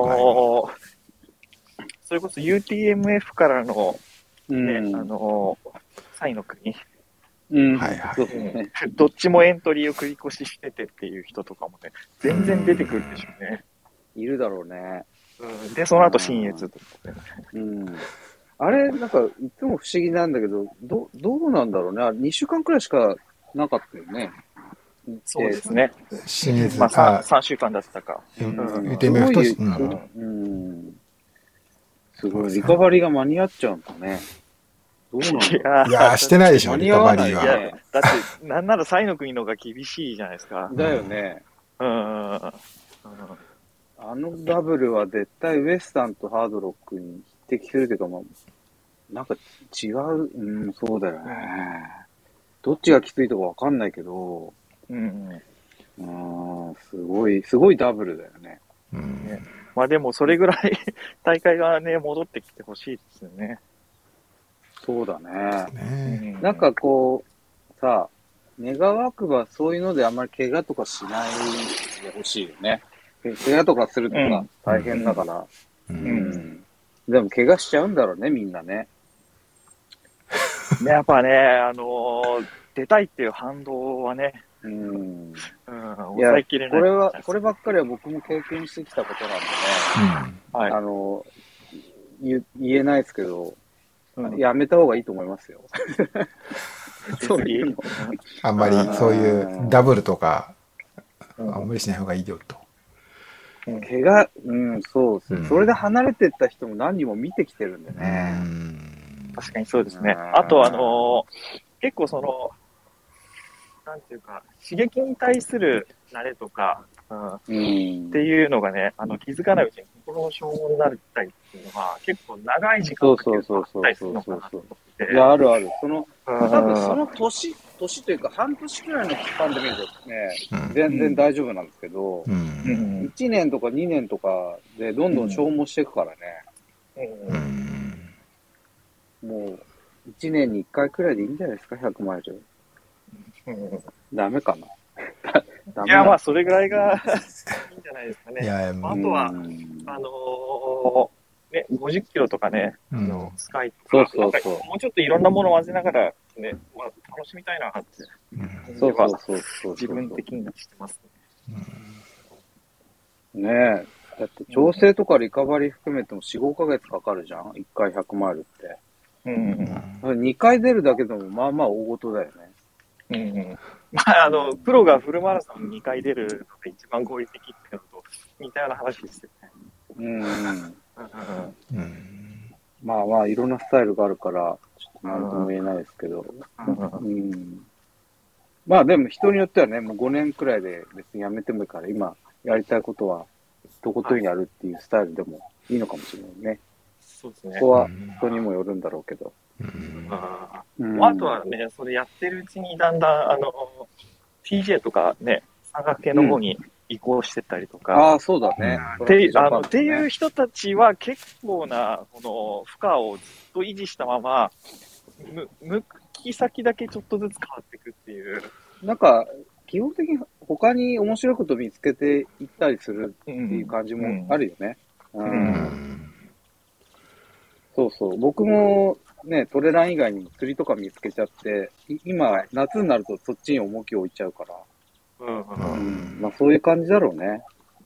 それこそ UTMF からの、サイの国。どっちもエントリーを繰り越ししててっていう人とかもね、全然出てくるでしょうね。 いるだろうね。 で、その後、新越とかね。あれ、なんか、いつも不思議なんだけど、どうなんだろうね。2週間くらいしかなかったよね。 そうですね。 新越、 まあ、3週間だったか。 UTMF と、 すごい、リカバリーが間に合っちゃうんだね。どうなんだろう。 いや、してないでしょ、リカバリーは。 だって、なんならサイの国の方が厳しいじゃないですか。 だよね。あのダブルは絶対ウエスタンとハードロックに匹敵するけども、なんか違う、そうだよね。どっちがきついとかわかんないけど、すごいダブルだよね。 まあでもそれぐらい大会がね、戻ってきてほしいですよね。 そうだね。なんかこう、さ、願わくばそういうのであんまり怪我とかしないでほしいよね。怪我とかするとか大変だから。でも怪我しちゃうんだろうね、みんなね。 やっぱね、出たいっていう反動はね、抑えきれない。 こればっかりは僕も経験してきたことなんでね、言えないですけど、やめた方がいいと思いますよ。 あんまりそういうダブルとか、 無理しない方がいいよと。 怪我、そうですね、それで離れてった人も何人も見てきてるんでね。 確かにそうですね。あと結構なんていうか、刺激に対する慣れとか、っていうのがね、気づかないうちに心の消耗になったりっていうのは、結構長い時間かけてあったりするのかなと思ってて。 いや、あるある。多分その年というか、半年くらいの期間で見るとね、全然大丈夫なんですけど、1年とか2年とかでどんどん消耗していくからね。もう、1年に1回くらいでいいんじゃないですか、100マイル。ダメかな。 いや、まあ、それぐらいがいいんじゃないですかね。 いや、 あとは、ね、50キロとかね、スカイとか、もうちょっといろんなものを混ぜながら、ね、まあ、楽しみたいなって、自分的にはしてますね。ねえ。だって調整とかリカバリー含めても4、5ヶ月かかるじゃん ?1 回100マイルって。2回出るだけでもまあまあ大事だよね。 まあ、プロがフルマラソン2回出るのが一番合理的っていうのと似たような話ですよね。 まあまあ、いろんなスタイルがあるから、ちょっと何とも言えないですけど。まあでも人によってはね、もう5年くらいで別にやめてもいいから、今やりたいことはとことんやるっていうスタイルでもいいのかもしれないね。 そうですね。 ここは人にもよるんだろうけど。 あとはね、それやってるうちにだんだん、TJ とかね、三角形の方に移行してったりとか。 ああ、そうだね。 っていう人たちは結構な、この負荷をずっと維持したまま、向き先だけちょっとずつ変わっていくっていう。 なんか、基本的に他に面白いこと見つけていったりするっていう感じもあるよね。そうそう。僕もね、トレラン以外に釣りとか見つけちゃって、今、夏になるとそっちに重きを置いちゃうから。まあそういう感じだろうね。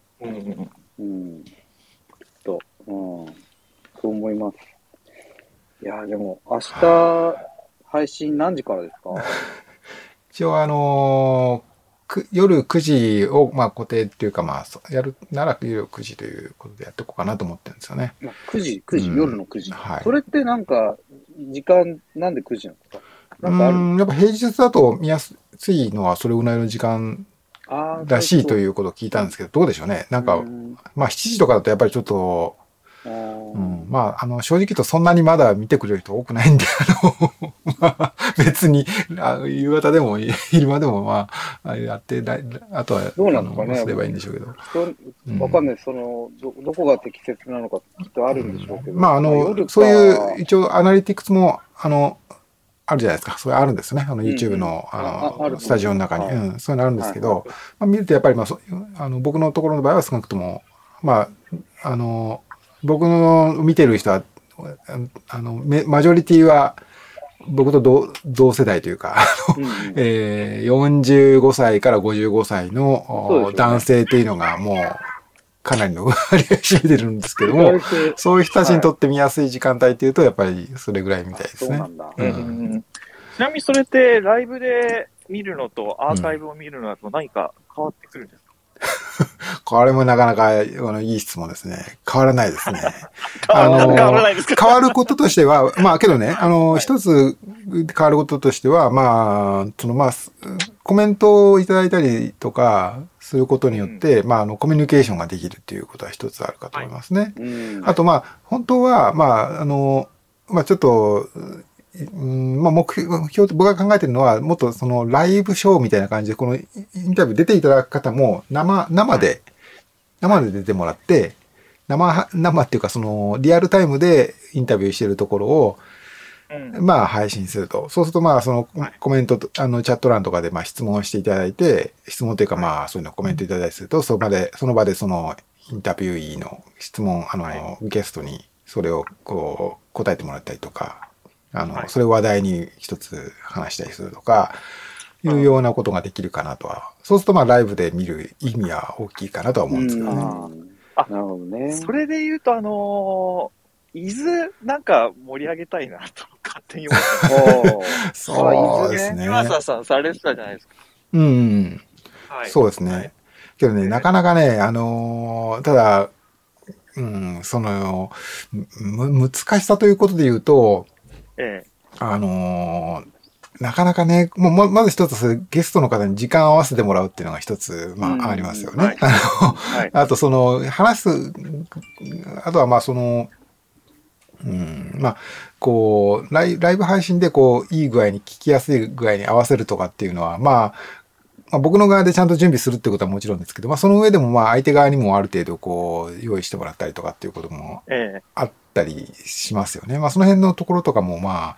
そう思います。いや、でも、明日、配信何時からですか？ 一応夜9時を、まあ、固定っていうか、まあ、やるなら夜9時ということでやっていこうかなと思ってるんですよね。 9時、夜の9時。はい。それってなんか、時間、なんで9時なんですか？なんかある？ やっぱ平日だと見やすいのはそれぐらいの時間らしいということを聞いたんですけど、どうでしょうね。なんか、まあ7時とかだとやっぱりちょっと、まあ、正直言うとそんなにまだ見てくれる人多くないんで、まあ、別に、夕方でも、昼間でも、まあ、やって、あとは、 どうなんですかね。 すればいいんでしょうけど。 わかんない。どこが適切なのかきっとあるんでしょうけど。 まあ、そういう、一応、アナリティクスも、あるじゃないですか。それあるんですね。YouTube の、スタジオの中に。そういうのあるんですけど、まあ、見るとやっぱり、まあ、僕のところの場合は少なくとも、まあ、僕の見てる人は、マジョリティは、僕と同世代というか、45歳から55歳の男性っていうのがもう、かなりの割合占めてるんですけども、そういう人たちにとって見やすい時間帯っていうと、やっぱりそれぐらいみたいですね。そうなんだ。 ちなみにそれってライブで見るのとアーカイブを見るのだと何か変わってくるんですか？ これもなかなかいい質問ですね。変わらないですね。 変わらないですか？ 変わることとしては、まあけどね、一つ変わることとしては、まあ、コメントをいただいたりとかすることによって、まあ、コミュニケーションができるっていうことは一つあるかと思いますね。あと、まあ、本当は、まあ、まあちょっと、まあ目標、僕が考えてるのは、もっとライブショーみたいな感じで、このインタビュー出ていただく方も生で出てもらって、生っていうかリアルタイムでインタビューしてるところを、まあ配信すると。そうするとまあコメント、チャット欄とかでまあ質問していただいて、質問というかまあそういうのコメントいただいたりすると、その場でインタビューイーの質問、ゲストにそれをこう答えてもらったりとか、それを話題に一つ話したりするとか、いうようなことができるかなとは。そうするとまあライブで見る意味は大きいかなとは思うんですけどね。 なるほどね。 それで言うと伊豆なんか盛り上げたいなと勝手に思ってます。そうですね。 岩佐さんされてたじゃないですか。 そうですね。 けどね、なかなかね、ただ、難しさということで言うと、なかなかね、まず一つ、ゲストの方に時間を合わせてもらうっていうのが一つ、ありますよね。あと、話す、あとは、ライブ配信で、いい具合に、聞きやすい具合に合わせるとかっていうのは、僕の側でちゃんと準備するってことはもちろんですけど、その上でも相手側にもある程度用意してもらったりとかっていうこともあったりしますよね。その辺のところとかもあ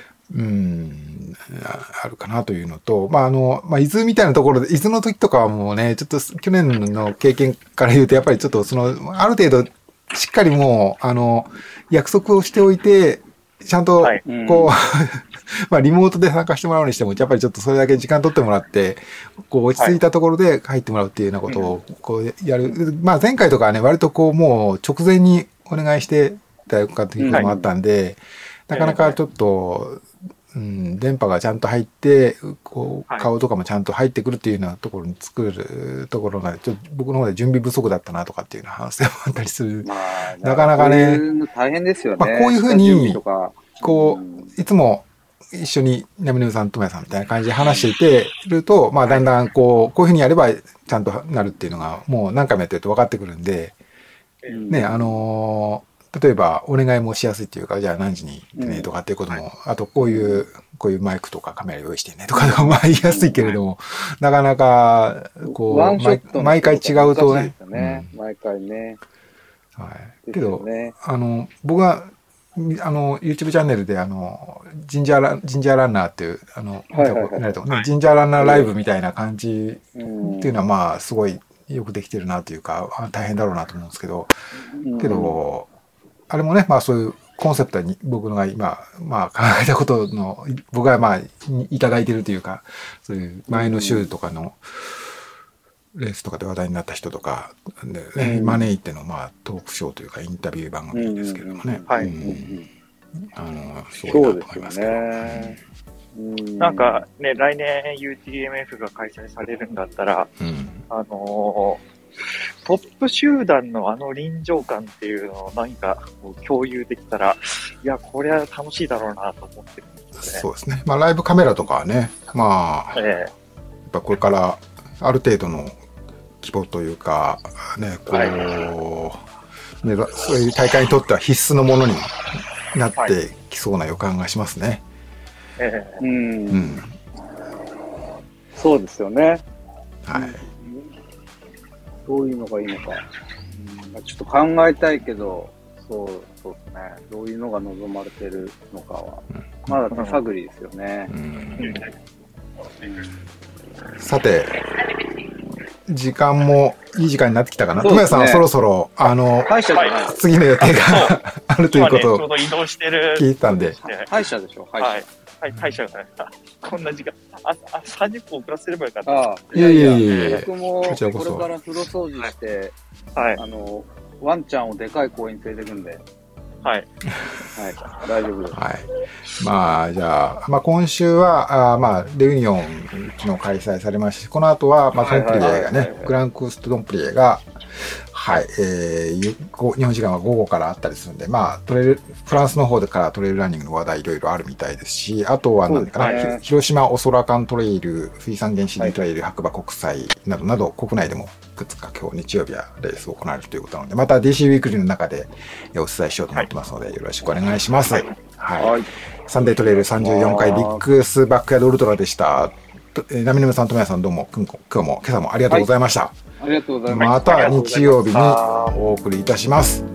るかなというのと、伊豆みたいなところで、伊豆の時とかはもうね、ちょっと去年の経験から言うと、やっぱりちょっとある程度しっかりもう、約束をしておいて、ちゃんと、リモートで参加してもらうにしても、やっぱりちょっとそれだけ時間取ってもらって、落ち着いたところで入ってもらうっていうようなことを、やる。前回とかはね、割ともう直前にお願いしてたかっていうこともあったんで、なかなかちょっと、電波がちゃんと入って、顔とかもちゃんと入ってくるっていうようなところに作るところが、ちょっと僕の方で準備不足だったなとかっていうような話もあったりする。なかなかね。 大変ですよね。 こういうふうに、いつも一緒にナミネムさん、トモヤさんみたいな感じで話していてると、だんだんこういうふうにやればちゃんとなるっていうのが、もう何回もやってると分かってくるんで、ね、例えばお願いもしやすいっていうか、じゃあ何時にねとかっていうことも、あとこういうマイクとかカメラ用意してねとか言いやすいけれども、なかなか、毎回違うとね。 毎回ね。 はい。けど、僕は、YouTube チャンネルで、ジンジャーランナーっていう、ジンジャーランナーライブみたいな感じっていうのは、すごいよくできてるなというか、大変だろうなと思うんですけど、あれもね、そういうコンセプトに僕のが今、考えたことの、僕がいただいてるというか、そういう前の週とかのレースとかで話題になった人とかで、招いてのトークショーというかインタビュー番組ですけれどもね。すごいなと思いますけど。 なんかね、来年 UTMF が開催されるんだったら、トップ集団の臨場感っていうのを何か共有できたら、いや、これは楽しいだろうなと思ってるんですね。 そうですね。ライブカメラとかはね、やっぱこれからある程度の規模というか、ね、そういう大会にとっては必須のものになってきそうな予感がしますね。 そうですよね。 はい。 どういうのがいいのか。ちょっと考えたいけど、そうですね。どういうのが望まれてるのかは、まだ手探りですよね。 さて、時間もいい時間になってきたかな。トモヤさんはそろそろ、次の予定があるということを聞いたんで。 歯医者でしょ？ はい。歯医者がこんな時間、30分遅らせればよかった。 いや。 僕もこれから風呂掃除して、ワンちゃんをでかい公園に連れてくんで。大丈夫です。 じゃあ、今週は、レユニオンの開催されまして、この後は、ドンプリエがね、グランクストドンプリエが、日本時間は午後からあったりするんで、フランスの方でからトレイルランニングの話題いろいろあるみたいですし、あとは広島オソラカントレイル、水産原始林トレイル、白馬国際などなど、国内でもいくつか今日日曜日はレースを行われるということなので、また DC ウィークリーの中でお伝えしようと思ってますので、よろしくお願いします。サンデートレイル34回ビッグスバックヤードウルトラでした。ナミネムさん、トモヤさん、どうも今朝もありがとうございました。 ありがとうございます。 また日曜日にお送りいたします。